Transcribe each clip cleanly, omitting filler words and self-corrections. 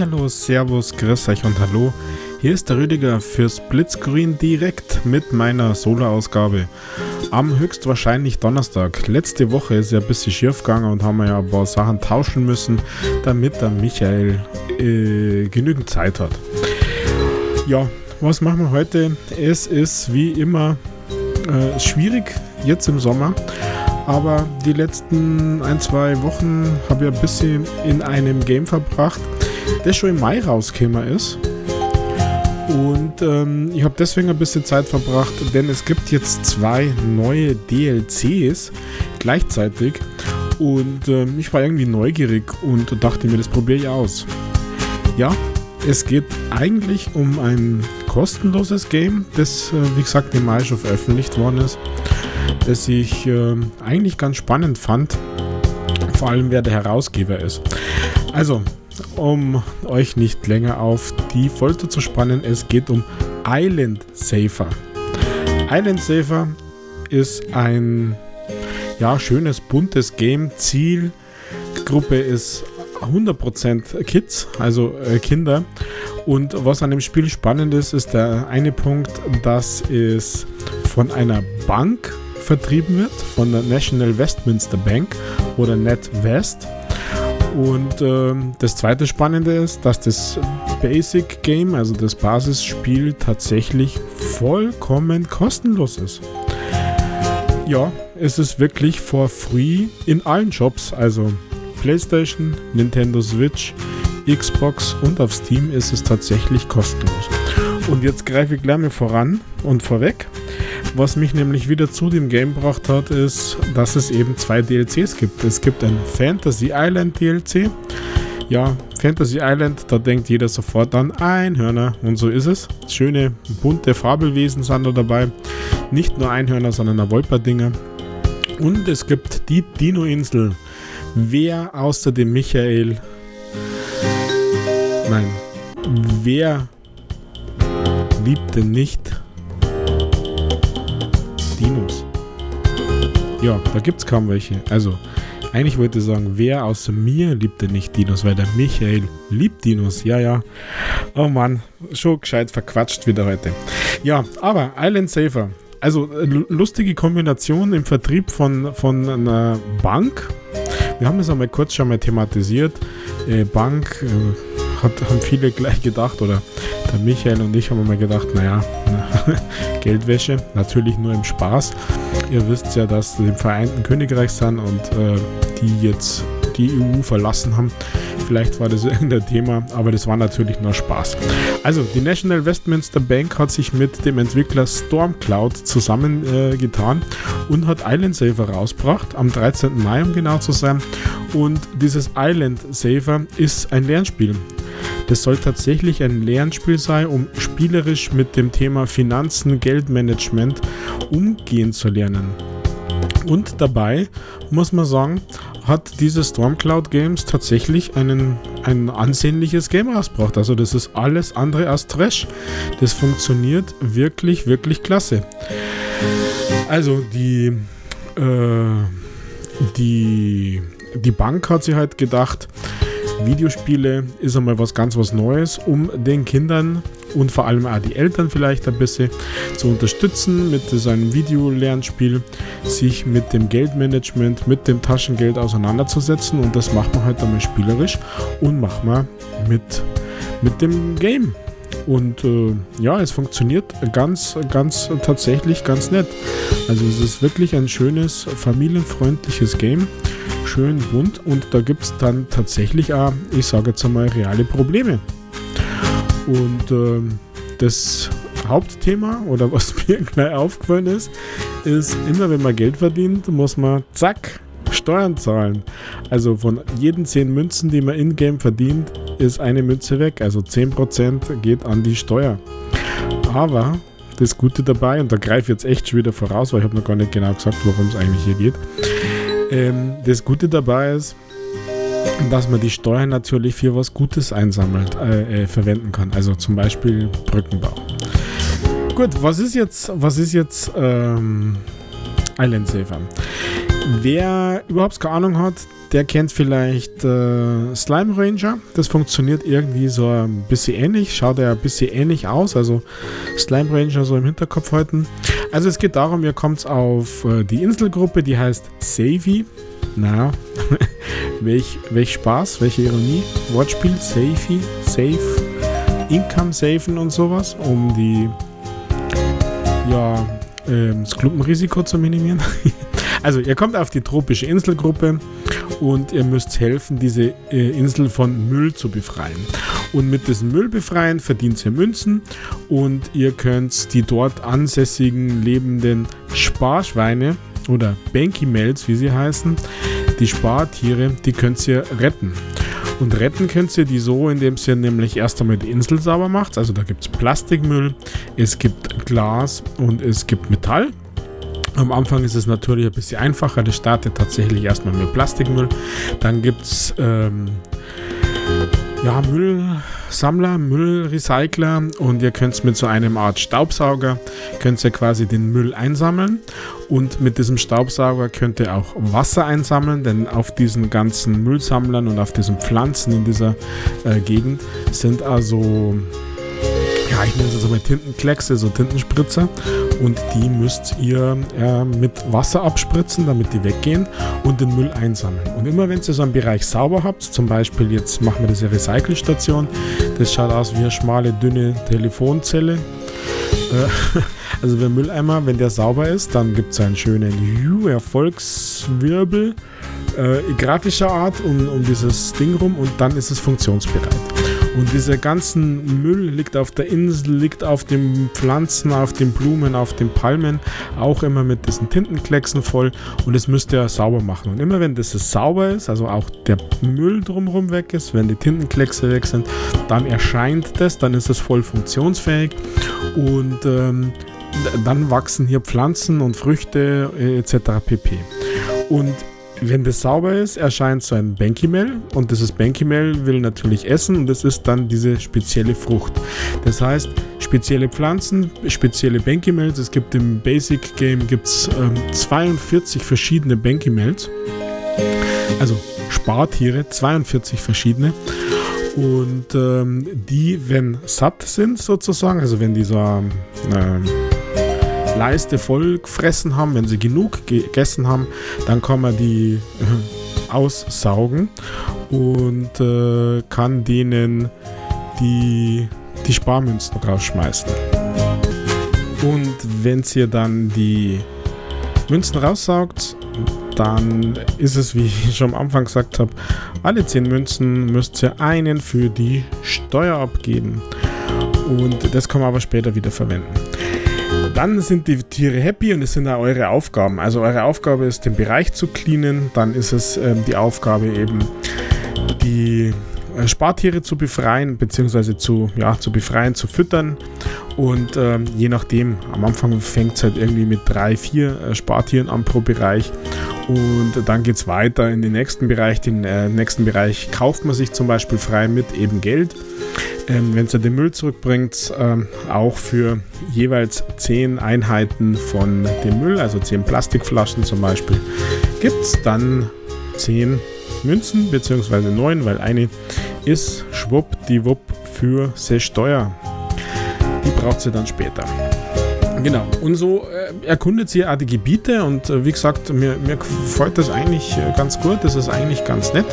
Hallihallo, Servus, Grüß euch und Hallo. Hier ist der Rüdiger für Splitscreen direkt mit meiner Solo-Ausgabe am höchstwahrscheinlich Donnerstag. Letzte Woche ist ja ein bisschen schief gegangen und haben wir ja ein paar Sachen tauschen müssen, damit der Michael genügend Zeit hat. Ja, was machen wir heute? Es ist wie immer schwierig jetzt im Sommer. Aber die letzten 1-2 Wochen habe ich ein bisschen in einem Game verbracht, das schon im Mai rausgekommen ist. Und ich habe deswegen ein bisschen Zeit verbracht, denn es gibt jetzt 2 neue DLCs gleichzeitig. Und ich war irgendwie neugierig und dachte mir, das probiere ich aus. Ja, es geht eigentlich um ein kostenloses Game, das, wie gesagt, im Mai schon veröffentlicht worden ist. Das ich eigentlich ganz spannend fand, vor allem wer der Herausgeber ist. Also, um euch nicht länger auf die Folter zu spannen, es geht um Island Saver. Island Saver ist ein schönes, buntes Game. Zielgruppe ist 100% Kids, also Kinder. Und was an dem Spiel spannend ist, ist der eine Punkt, dass es von einer Bank vertrieben wird, von der National Westminster Bank oder NatWest. Und das zweite Spannende ist, dass das Basic Game, also das Basisspiel, tatsächlich vollkommen kostenlos ist. Ja, es ist wirklich for free in allen Shops, also PlayStation, Nintendo Switch, Xbox und auf Steam ist es tatsächlich kostenlos. Und jetzt greife ich gleich mal voran und vorweg. Was mich nämlich wieder zu dem Game gebracht hat, ist, dass es eben 2 DLCs gibt. Es gibt ein Fantasy Island DLC. Ja, Fantasy Island, da denkt jeder sofort an Einhörner und so ist es. Schöne, bunte Fabelwesen sind da dabei. Nicht nur Einhörner, sondern auch Wolperdinger. Und es gibt die Dino-Insel. Wer außer dem Michael... Nein, wer liebt denn nicht Dinos? Ja, da gibt's kaum welche. Also, eigentlich wollte ich sagen, wer außer mir liebt denn nicht Dinos? Weil der Michael liebt Dinos. Ja. Oh Mann, schon gescheit verquatscht wieder heute. Ja, aber Island Saver. Also, lustige Kombination im Vertrieb von einer Bank. Wir haben das einmal kurz schon mal thematisiert. Bank... haben viele gleich gedacht, oder der Michael und ich haben mal gedacht, Geldwäsche, natürlich nur im Spaß. Ihr wisst ja, dass wir im Vereinten Königreich sind und die jetzt die EU verlassen haben. Vielleicht war das irgendein Thema, aber das war natürlich nur Spaß. Also, die National Westminster Bank hat sich mit dem Entwickler Stormcloud zusammengetan und hat Island Saver rausgebracht, am 13. Mai, um genau zu sein. Und dieses Island Saver ist ein Lernspiel. Das soll tatsächlich ein Lernspiel sein, um spielerisch mit dem Thema Finanzen, Geldmanagement umgehen zu lernen. Und dabei, muss man sagen, hat diese Stormcloud Games tatsächlich ein ansehnliches Game rausgebracht. Also das ist alles andere als Trash. Das funktioniert wirklich, wirklich klasse. Also die Bank hat sich halt gedacht, Videospiele ist einmal was ganz was Neues, um den Kindern und vor allem auch die Eltern vielleicht ein bisschen zu unterstützen mit so einem Videolernspiel, sich mit dem Geldmanagement, mit dem Taschengeld auseinanderzusetzen, und das macht man halt einmal spielerisch und macht man mit dem Game. Und es funktioniert ganz tatsächlich ganz nett. Also es ist wirklich ein schönes, familienfreundliches Game. Schön bunt, und da gibt es dann tatsächlich auch, ich sage jetzt einmal, reale Probleme. Und das Hauptthema, oder was mir gleich aufgefallen ist immer wenn man Geld verdient, muss man Steuern zahlen. Also von jeden 10 Münzen, die man in-game verdient, ist eine Münze weg. Also 10% geht an die Steuer. Aber das Gute dabei, und da greife ich jetzt echt schon wieder voraus, weil ich habe noch gar nicht genau gesagt, worum es eigentlich hier geht. Das Gute dabei ist, dass man die Steuern natürlich für was Gutes verwenden kann. Also zum Beispiel Brückenbau. Gut, was ist jetzt Island Saver? Wer überhaupt keine Ahnung hat, der kennt vielleicht Slime Ranger. Das funktioniert irgendwie so ein bisschen ähnlich. Schaut ja ein bisschen ähnlich aus. Also Slime Ranger so im Hinterkopf halten. Also es geht darum, ihr kommt auf die Inselgruppe, die heißt Savey. Na, welch Spaß, welche Ironie. Wortspiel, Savey, Safe, Income safen und sowas, um das Klumpenrisiko zu minimieren. Also ihr kommt auf die tropische Inselgruppe und ihr müsst helfen, diese Insel von Müll zu befreien. Und mit diesem Müll befreien verdient ihr Münzen und ihr könnt die dort ansässigen lebenden Sparschweine oder Bankymels, wie sie heißen, die Spartiere, die könnt ihr retten. Und retten könnt ihr die so, indem ihr nämlich erst einmal die Insel sauber macht. Also da gibt es Plastikmüll, es gibt Glas und es gibt Metall. Am Anfang ist es natürlich ein bisschen einfacher. Das startet tatsächlich erstmal mit Plastikmüll. Dann gibt es Müllsammler, Müllrecycler und ihr könnt mit so einem Art Staubsauger könnt ihr quasi den Müll einsammeln und mit diesem Staubsauger könnt ihr auch Wasser einsammeln, denn auf diesen ganzen Müllsammlern und auf diesen Pflanzen in dieser Gegend sind also, ja, ich nenne es so mal Tintenkleckse, so Tintenspritzer und die müsst ihr mit Wasser abspritzen, damit die weggehen und den Müll einsammeln. Und immer wenn ihr so einen Bereich sauber habt, zum Beispiel jetzt machen wir diese Recycelstation, das schaut aus wie eine schmale, dünne Telefonzelle. Also der Mülleimer, wenn der sauber ist, dann gibt es einen schönen Erfolgswirbel grafischer Art um dieses Ding rum und dann ist es funktionsbereit. Und dieser ganzen Müll liegt auf der Insel, liegt auf den Pflanzen, auf den Blumen, auf den Palmen, auch immer mit diesen Tintenklecksen voll und das müsst ihr sauber machen. Und immer wenn das sauber ist, also auch der Müll drumherum weg ist, wenn die Tintenkleckse weg sind, dann erscheint das, dann ist es voll funktionsfähig und dann wachsen hier Pflanzen und Früchte etc. pp. Und wenn das sauber ist, erscheint so ein Bankymel und dieses Bankymel will natürlich essen und das ist dann diese spezielle Frucht. Das heißt, spezielle Pflanzen, spezielle Bankymels. Es gibt im Basic Game 42 verschiedene Bankymels, also Spartiere, 42 verschiedene. Und die, wenn satt sind sozusagen, also wenn die so Leiste voll gefressen haben, wenn sie genug gegessen haben, dann kann man die aussaugen und kann denen die Sparmünzen rausschmeißen. Und wenn ihr dann die Münzen raussaugt, dann ist es, wie ich schon am Anfang gesagt habe, alle 10 Münzen müsst ihr einen für die Steuer abgeben. Und das kann man aber später wieder verwenden. Dann sind die Tiere happy und es sind auch eure Aufgaben. Also eure Aufgabe ist, den Bereich zu cleanen. Dann ist es die Aufgabe eben, die Spartiere zu befreien, beziehungsweise zu befreien, zu füttern. Und je nachdem, am Anfang fängt es halt irgendwie mit 3-4 Spartieren an pro Bereich. Und dann geht es weiter in den nächsten Bereich. Den nächsten Bereich kauft man sich zum Beispiel frei mit eben Geld. Wenn ihr den Müll zurückbringt, auch für jeweils 10 Einheiten von dem Müll, also 10 Plastikflaschen zum Beispiel, gibt es dann 10 Münzen, beziehungsweise 9, weil eine ist schwuppdiwupp für die Steuer. Die braucht sie dann später. Genau, und so erkundet sie auch die Gebiete und wie gesagt, mir gefällt das eigentlich ganz gut, das ist eigentlich ganz nett.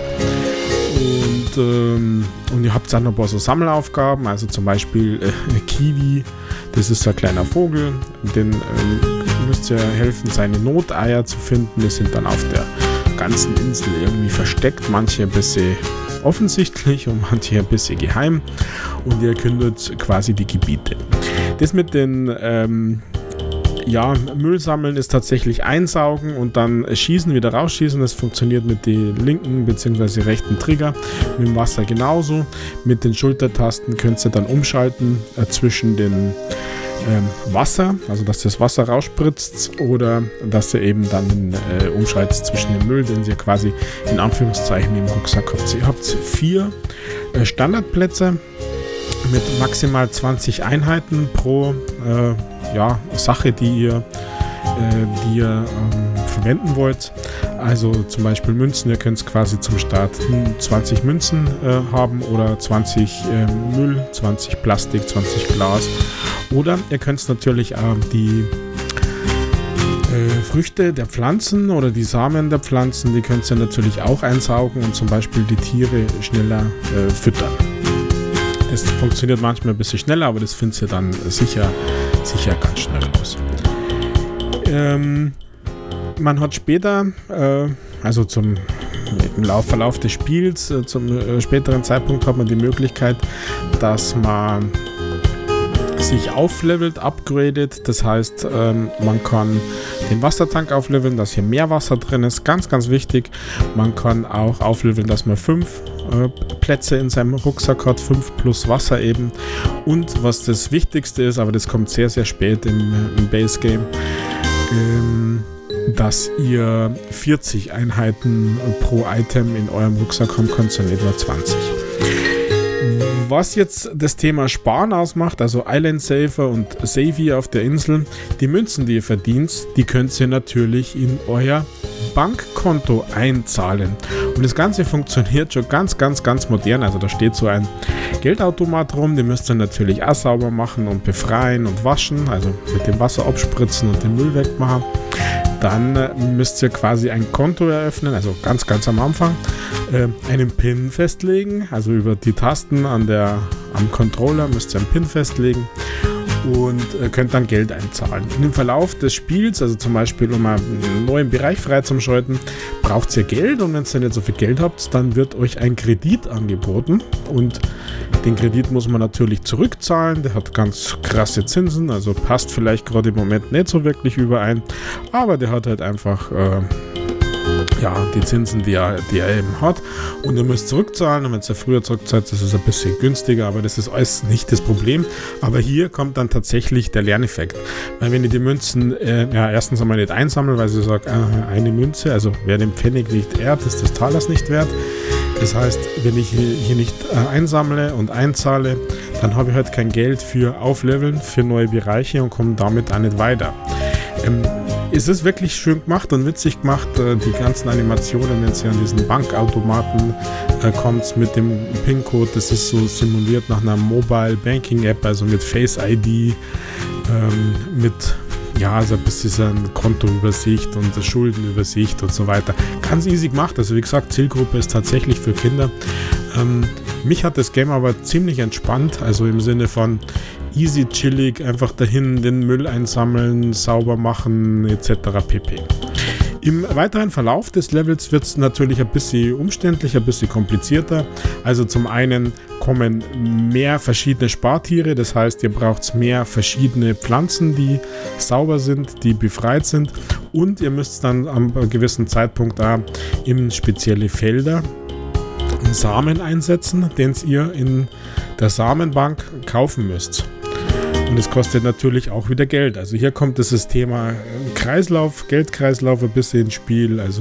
Und ihr habt dann noch ein paar so Sammelaufgaben, also zum Beispiel Kiwi, das ist so ein kleiner Vogel, den müsst ihr helfen, seine Noteier zu finden. Die sind dann auf der ganzen Insel irgendwie versteckt, manche ein bisschen offensichtlich und manche ein bisschen geheim und ihr erkundet quasi die Gebiete. Das mit den Müll sammeln ist tatsächlich einsaugen und dann schießen, wieder rausschießen. Das funktioniert mit den linken bzw. rechten Trigger. Mit dem Wasser genauso. Mit den Schultertasten könnt ihr dann umschalten zwischen den Wasser, also dass das Wasser rausspritzt oder dass ihr eben dann umschaltet zwischen dem Müll, den ihr quasi in Anführungszeichen im Rucksack habt. Ihr habt 4 Standardplätze mit maximal 20 Einheiten pro Sache, die ihr verwenden wollt. Also zum Beispiel Münzen, ihr könnt quasi zum Start 20 Münzen haben oder 20 Müll, 20 Plastik, 20 Glas. Oder ihr könnt natürlich die Früchte der Pflanzen oder die Samen der Pflanzen, die könnt ihr natürlich auch einsaugen und zum Beispiel die Tiere schneller füttern. Das funktioniert manchmal ein bisschen schneller, aber das findet ihr dann sicher ganz schnell raus. Man hat später, also im Verlauf des Spiels, zum späteren Zeitpunkt hat man die Möglichkeit, dass man sich auflevelt, upgradet. Das heißt, man kann den Wassertank aufleveln, dass hier mehr Wasser drin ist. Ganz, ganz wichtig. Man kann auch aufleveln, dass man 5 Plätze in seinem Rucksack hat, 5 plus Wasser eben. Und was das Wichtigste ist, aber das kommt sehr, sehr spät im Base Game, dass ihr 40 Einheiten pro Item in eurem Rucksack haben könnt, sondern etwa 20. Was jetzt das Thema Sparen ausmacht, also Island Saver und Savey auf der Insel, die Münzen, die ihr verdient, die könnt ihr natürlich in euer Bankkonto einzahlen. Und das Ganze funktioniert schon ganz, ganz, ganz modern. Also da steht so ein Geldautomat rum, den müsst ihr natürlich auch sauber machen und befreien und waschen, also mit dem Wasser abspritzen und den Müll wegmachen. Dann müsst ihr quasi ein Konto eröffnen, also ganz, ganz am Anfang, einen PIN festlegen, also über die Tasten am Controller müsst ihr einen PIN festlegen und könnt dann Geld einzahlen. Im Verlauf des Spiels, also zum Beispiel um einen neuen Bereich freizuschalten, braucht ihr Geld und wenn ihr nicht so viel Geld habt, dann wird euch ein Kredit angeboten und den Kredit muss man natürlich zurückzahlen, der hat ganz krasse Zinsen, also passt vielleicht gerade im Moment nicht so wirklich überein, aber der hat halt einfach die Zinsen, die er eben hat und ihr müsst zurückzahlen und wenn ihr früher zurückzahlt, das ist ein bisschen günstiger, aber das ist alles nicht das Problem, aber hier kommt dann tatsächlich der Lerneffekt, weil wenn ihr die Münzen erstens einmal nicht einsammelt, weil sie sagt, eine Münze, also wer den Pfennig nicht ehrt, ist des Talers nicht wert. Das heißt, wenn ich hier nicht einsammle und einzahle, dann habe ich halt kein Geld für Aufleveln, für neue Bereiche und komme damit auch nicht weiter. Es ist wirklich schön gemacht und witzig gemacht, die ganzen Animationen, wenn sie an diesen Bankautomaten kommt mit dem PIN-Code, das ist so simuliert nach einer Mobile Banking App, also mit Face ID, also ein bisschen Kontoübersicht und Schuldenübersicht und so weiter. Ganz easy gemacht, also wie gesagt, Zielgruppe ist tatsächlich für Kinder. Mich hat das Game aber ziemlich entspannt, also im Sinne von easy, chillig, einfach dahin den Müll einsammeln, sauber machen etc. pp. Im weiteren Verlauf des Levels wird es natürlich ein bisschen umständlicher, ein bisschen komplizierter. Also zum einen kommen mehr verschiedene Spartiere, das heißt, ihr braucht mehr verschiedene Pflanzen, die sauber sind, die befreit sind und ihr müsst dann am gewissen Zeitpunkt auch in spezielle Felder Samen einsetzen, den ihr in der Samenbank kaufen müsst. Und es kostet natürlich auch wieder Geld. Also hier kommt das Thema Kreislauf, Geldkreislauf ein bisschen ins Spiel. Also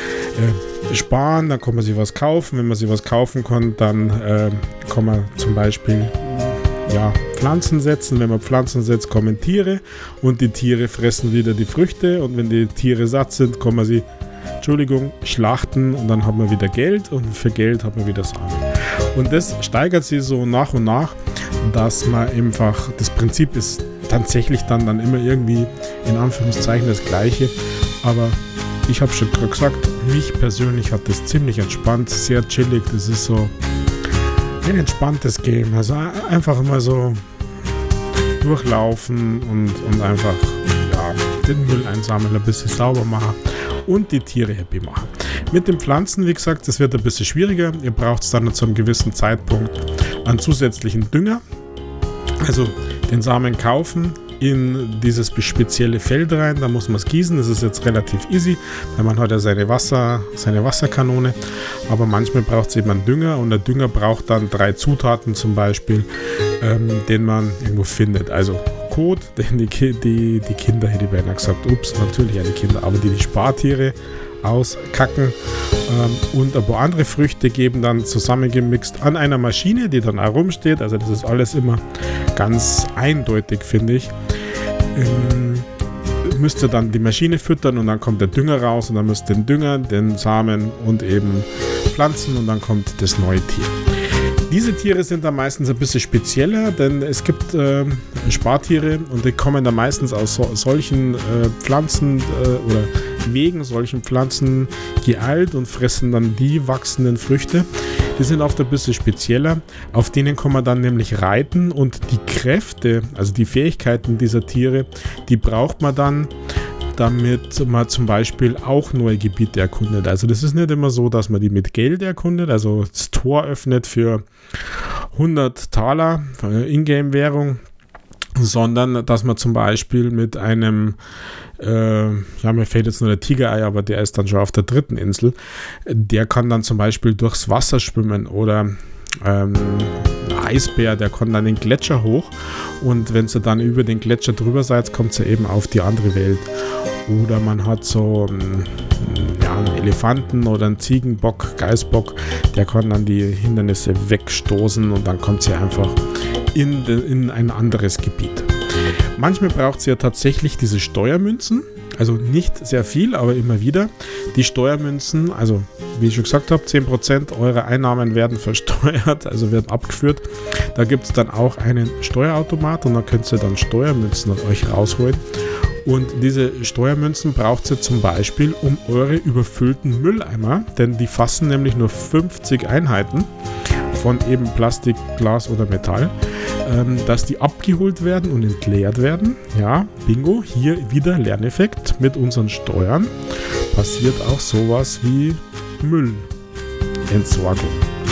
sparen, dann kann man sich was kaufen. Wenn man sich was kaufen kann, dann kann man zum Beispiel Pflanzen setzen. Wenn man Pflanzen setzt, kommen Tiere und die Tiere fressen wieder die Früchte. Und wenn die Tiere satt sind, kann man sie schlachten und dann hat man wieder Geld und für Geld hat man wieder Samen. Und das steigert sich so nach und nach, dass man einfach, das Prinzip ist tatsächlich dann immer irgendwie in Anführungszeichen das gleiche, aber ich habe schon gerade gesagt, mich persönlich hat das ziemlich entspannt, sehr chillig, das ist so ein entspanntes Game, also einfach mal so durchlaufen und einfach den Müll einsammeln, ein bisschen sauber machen und die Tiere happy machen. Mit den Pflanzen, wie gesagt, das wird ein bisschen schwieriger. Ihr braucht es dann zu einem gewissen Zeitpunkt an zusätzlichen Dünger. Also den Samen kaufen, in dieses spezielle Feld rein, da muss man es gießen. Das ist jetzt relativ easy, weil man hat ja seine Wasserkanone. Aber manchmal braucht es eben einen Dünger und der Dünger braucht dann 3 Zutaten zum Beispiel, den man irgendwo findet. Also Kot, den die Kinder, hätte ich beinahe gesagt, natürlich die Kinder, aber die Spartiere auskacken und ein paar andere Früchte geben dann zusammengemixt an einer Maschine, die dann auch rumsteht. Also das ist alles immer ganz eindeutig, finde ich. müsst ihr dann die Maschine füttern und dann kommt der Dünger raus und dann müsst ihr den Dünger, den Samen und eben pflanzen und dann kommt das neue Tier. Diese Tiere sind dann meistens ein bisschen spezieller, denn es gibt Spartiere und die kommen dann meistens aus solchen Pflanzen oder wegen solchen Pflanzen geeilt und fressen dann die wachsenden Früchte. Die sind oft ein bisschen spezieller, auf denen kann man dann nämlich reiten und die Kräfte, also die Fähigkeiten dieser Tiere, die braucht man dann, damit man zum Beispiel auch neue Gebiete erkundet. Also das ist nicht immer so, dass man die mit Geld erkundet, also das Tor öffnet für 100 Taler Ingame-Währung, sondern dass man zum Beispiel mit einem, mir fällt jetzt nur der Tigerei, aber der ist dann schon auf der 3. Insel, der kann dann zum Beispiel durchs Wasser schwimmen oder ein Eisbär, der kann dann den Gletscher hoch und wenn ihr dann über den Gletscher drüber seid, kommt ihr eben auf die andere Welt. Oder man hat so einen Elefanten oder einen Ziegenbock, Geißbock, der kann dann die Hindernisse wegstoßen und dann kommt sie einfach in ein anderes Gebiet. Manchmal braucht sie ja tatsächlich diese Steuermünzen, also nicht sehr viel, aber immer wieder. Die Steuermünzen, also wie ich schon gesagt habe, 10% eurer Einnahmen werden versteuert, also werden abgeführt. Da gibt es dann auch einen Steuerautomat und da könnt ihr dann Steuermünzen an euch rausholen. Und diese Steuermünzen braucht ihr zum Beispiel um eure überfüllten Mülleimer, denn die fassen nämlich nur 50 Einheiten von eben Plastik, Glas oder Metall, dass die abgeholt werden und entleert werden. Ja, bingo, hier wieder Lerneffekt mit unseren Steuern. Passiert auch sowas wie Müllentsorgung.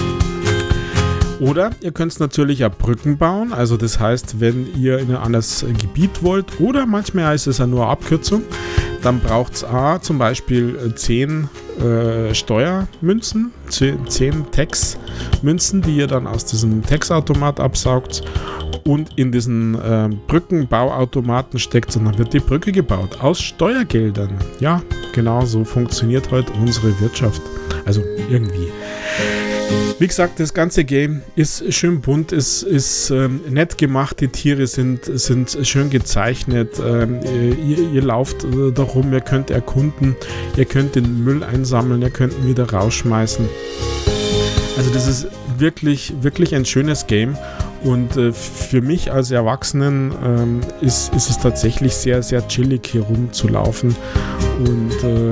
Oder ihr könnt natürlich auch Brücken bauen, also das heißt, wenn ihr in ein anderes Gebiet wollt oder manchmal ist es ja nur eine Abkürzung, dann braucht es zum Beispiel 10 Steuermünzen, 10 Tex-Münzen, die ihr dann aus diesem Tex-Automat absaugt und in diesen Brückenbauautomaten steckt und dann wird die Brücke gebaut aus Steuergeldern. Ja, genau so funktioniert heute unsere Wirtschaft, also irgendwie. Wie gesagt, das ganze Game ist schön bunt, ist nett gemacht, die Tiere sind schön gezeichnet, ihr lauft da rum, ihr könnt erkunden, ihr könnt den Müll einsammeln, ihr könnt ihn wieder rausschmeißen. Also das ist wirklich, wirklich ein schönes Game und für mich als Erwachsenen ist es tatsächlich sehr, sehr chillig hier rumzulaufen und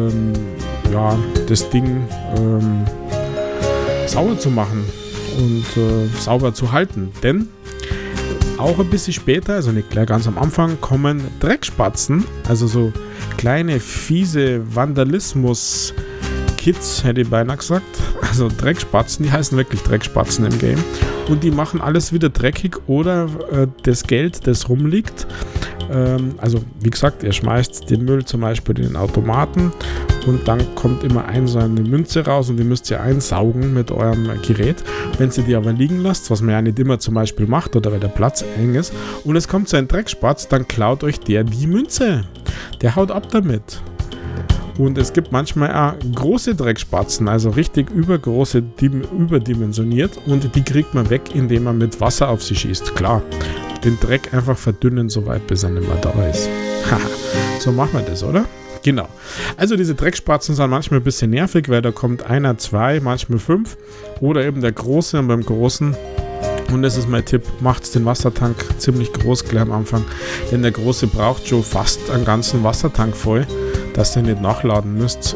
das Ding sauber zu machen und sauber zu halten. Denn auch ein bisschen später, also nicht gleich ganz am Anfang, kommen Dreckspatzen, also so kleine, fiese Vandalismus-Kids, hätte ich beinahe gesagt. Also Dreckspatzen, die heißen wirklich Dreckspatzen im Game. Und die machen alles wieder dreckig oder das Geld, das rumliegt. Also wie gesagt, ihr schmeißt den Müll zum Beispiel in den Automaten und dann kommt immer so eine Münze raus und die müsst ihr einsaugen mit eurem Gerät. Wenn ihr die aber liegen lasst, was man ja nicht immer zum Beispiel macht oder weil der Platz eng ist und es kommt so ein Dreckspatz, dann klaut euch der die Münze. Der haut ab damit. Und es gibt manchmal auch große Dreckspatzen, also richtig übergroße, überdimensioniert und die kriegt man weg, indem man mit Wasser auf sie schießt. Klar, den Dreck einfach verdünnen, soweit bis er nicht mehr da ist. So machen wir das, oder? Genau. Also diese Dreckspatzen sind manchmal ein bisschen nervig, weil da kommt einer, 2, manchmal 5 oder eben der Große und beim Großen, und das ist mein Tipp, macht den Wassertank ziemlich groß gleich am Anfang, denn der Große braucht schon fast einen ganzen Wassertank voll, dass ihr nicht nachladen müsst,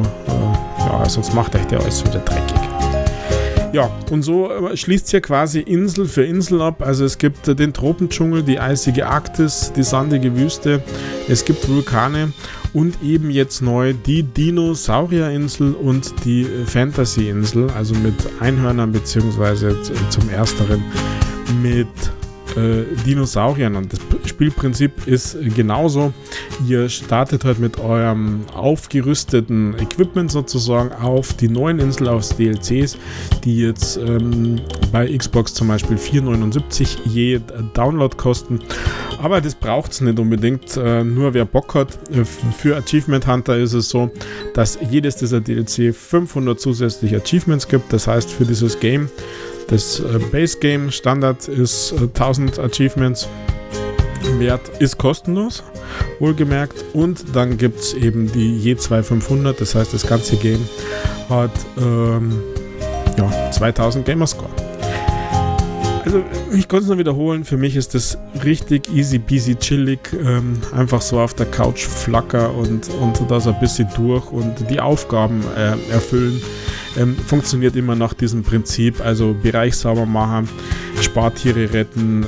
sonst macht euch der alles wieder dreckig. Ja, und so schließt hier quasi Insel für Insel ab. Also es gibt den Tropendschungel, die eisige Arktis, die sandige Wüste, es gibt Vulkane und eben jetzt neu die Dinosaurierinsel und die Fantasy-Insel, also mit Einhörnern beziehungsweise zum Ersteren mit Dinosauriern. Und das Spielprinzip ist genauso. Ihr startet halt mit eurem aufgerüsteten Equipment sozusagen auf die neuen Insel, auf DLCs, die jetzt bei Xbox zum Beispiel 4,79 je Download kosten. Aber das braucht es nicht unbedingt, nur wer Bock hat. Für Achievement Hunter ist es so, dass jedes dieser DLC 500 zusätzliche Achievements gibt. Das heißt, für dieses Game, das Base Game Standard ist 1000 Achievements Wert ist kostenlos, wohlgemerkt. Und dann gibt es eben die je 2500, das heißt, das ganze Game hat 2000 Gamerscore. Also ich konnte es nur wiederholen, für mich ist das richtig easy peasy chillig, einfach so auf der Couch flacker und da so ein bisschen durch und die Aufgaben erfüllen. Funktioniert immer nach diesem Prinzip, also Bereich sauber machen, Spartiere retten,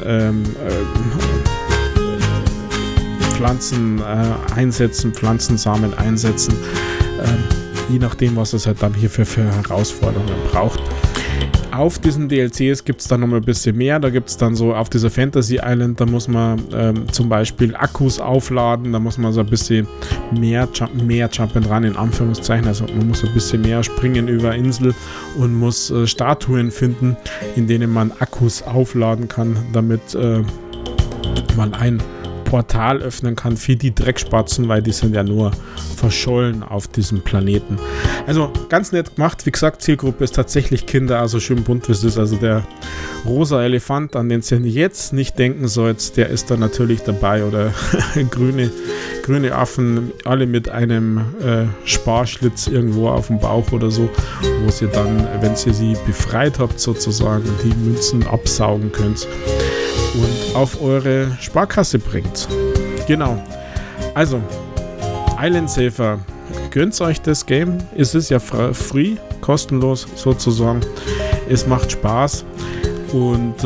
Pflanzen einsetzen, Pflanzensamen einsetzen, je nachdem, was es halt dann hier für Herausforderungen braucht. Auf diesen DLCs gibt es dann nochmal ein bisschen mehr. Da gibt es dann so auf dieser Fantasy Island, da muss man zum Beispiel Akkus aufladen, da muss man so ein bisschen mehr Jump'n'Run in Anführungszeichen, also man muss ein bisschen mehr springen über Insel und muss Statuen finden, in denen man Akkus aufladen kann, damit man ein Portal öffnen kann für die Dreckspatzen, weil die sind ja nur verschollen auf diesem Planeten. Also ganz nett gemacht. Wie gesagt, Zielgruppe ist tatsächlich Kinder, also schön bunt wie es ist. Also der rosa Elefant, an den ihr jetzt nicht denken sollt, der ist da natürlich dabei. Oder grüne Affen, alle mit einem Sparschlitz irgendwo auf dem Bauch oder so, wo ihr dann, wenn ihr sie befreit habt sozusagen, die Münzen absaugen könnt und auf eure Sparkasse bringt. Genau. Also, Island Saver, gönnt euch das Game. Es ist ja free, kostenlos sozusagen. Es macht Spaß und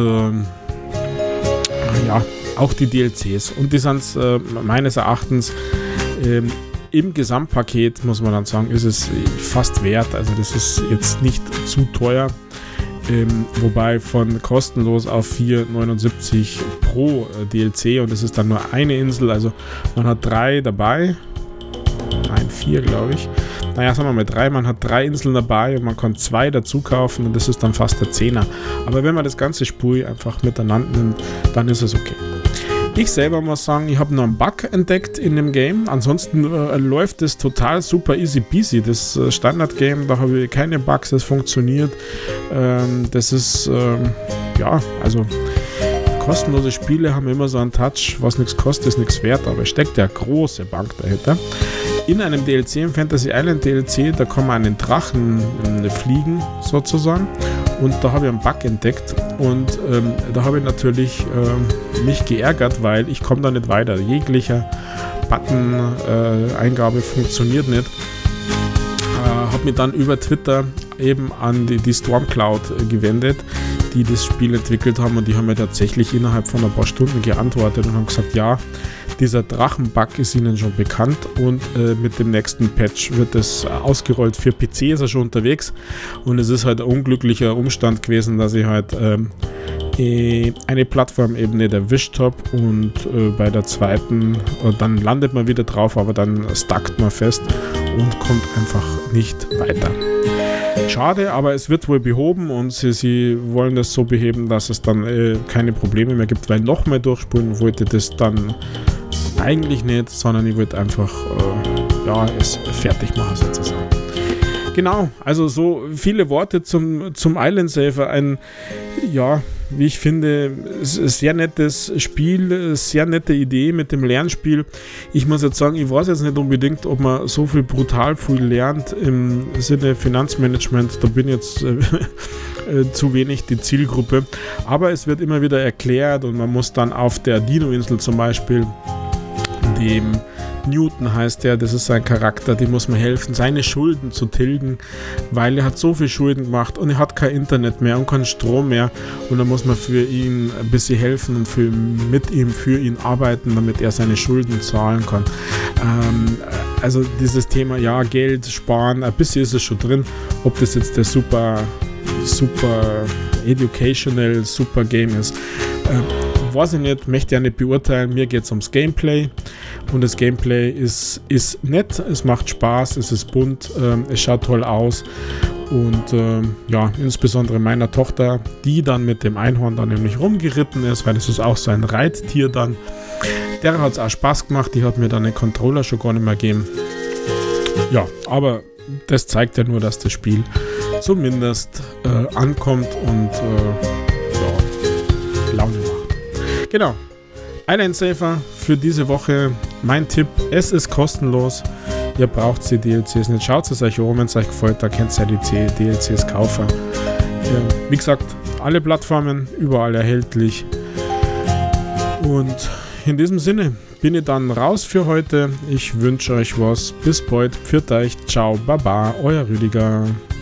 auch die DLCs. Und die sind meines Erachtens im Gesamtpaket, muss man dann sagen, ist es fast wert. Also das ist jetzt nicht zu teuer. Wobei von kostenlos auf 4,79 pro DLC und es ist dann nur eine Insel, also man hat 3 dabei, nein 4 glaube ich, naja sagen wir mal 3, man hat 3 Inseln dabei und man kann 2 dazu kaufen und das ist dann fast der 10er, aber wenn man das ganze Spiel einfach miteinander nimmt, dann ist es okay. Ich selber muss sagen, ich habe nur einen Bug entdeckt in dem Game. Ansonsten läuft es total super easy peasy. Das Standard-Game, da habe ich keine Bugs, das funktioniert. Das ist, also kostenlose Spiele haben immer so einen Touch, was nichts kostet, ist nichts wert, aber es steckt ja eine große Bank dahinter. In einem DLC, im Fantasy Island DLC, da kann man einen Drachen fliegen, sozusagen. Und da habe ich einen Bug entdeckt und da habe ich natürlich mich geärgert, weil ich komme da nicht weiter. Jeglicher Button-Eingabe funktioniert nicht. Habe mich dann über Twitter eben an die Stormcloud gewendet, die das Spiel entwickelt haben und die haben mir tatsächlich innerhalb von ein paar Stunden geantwortet und haben gesagt, ja, dieser Drachenbug ist ihnen schon bekannt und mit dem nächsten Patch wird es ausgerollt. Für PC ist er schon unterwegs und es ist halt ein unglücklicher Umstand gewesen, dass ich halt eine Plattform eben nicht erwischt habe und bei der zweiten, dann landet man wieder drauf, aber dann stuckt man fest und kommt einfach nicht weiter. Schade, aber es wird wohl behoben und sie wollen das so beheben, dass es dann keine Probleme mehr gibt, weil noch mehr durchspulen wollte das dann eigentlich nicht, sondern ich wollte einfach es fertig machen sozusagen. Genau, also so viele Worte zum Island Saver, wie ich finde, sehr nettes Spiel, sehr nette Idee mit dem Lernspiel. Ich muss jetzt sagen, ich weiß jetzt nicht unbedingt, ob man so brutal viel lernt im Sinne Finanzmanagement. Da bin jetzt zu wenig die Zielgruppe. Aber es wird immer wieder erklärt und man muss dann auf der Dino-Insel zum Beispiel dem Newton heißt der, das ist sein Charakter, dem muss man helfen, seine Schulden zu tilgen, weil er hat so viel Schulden gemacht und er hat kein Internet mehr und keinen Strom mehr und da muss man für ihn ein bisschen helfen und für ihn arbeiten, damit er seine Schulden zahlen kann. Also dieses Thema, ja, Geld sparen, ein bisschen ist es schon drin, ob das jetzt der super educational, super Game ist. Weiß ich nicht, möchte ja nicht beurteilen, mir geht es ums Gameplay und das Gameplay ist nett, es macht Spaß, es ist bunt, es schaut toll aus und insbesondere meiner Tochter, die dann mit dem Einhorn dann nämlich rumgeritten ist, weil das ist auch so ein Reittier dann, der hat es auch Spaß gemacht, die hat mir dann den Controller schon gar nicht mehr gegeben. Ja, aber das zeigt ja nur, dass das Spiel zumindest ankommt und Laune macht. Genau. Island Saver für diese Woche. Mein Tipp, es ist kostenlos. Ihr braucht die DLCs nicht. Schaut es euch an, wenn es euch gefällt, da könnt ihr die DLCs kaufen. Wie gesagt, alle Plattformen, überall erhältlich. Und in diesem Sinne bin ich dann raus für heute. Ich wünsche euch was. Bis bald. Pfiat euch. Ciao. Baba. Euer Rüdiger.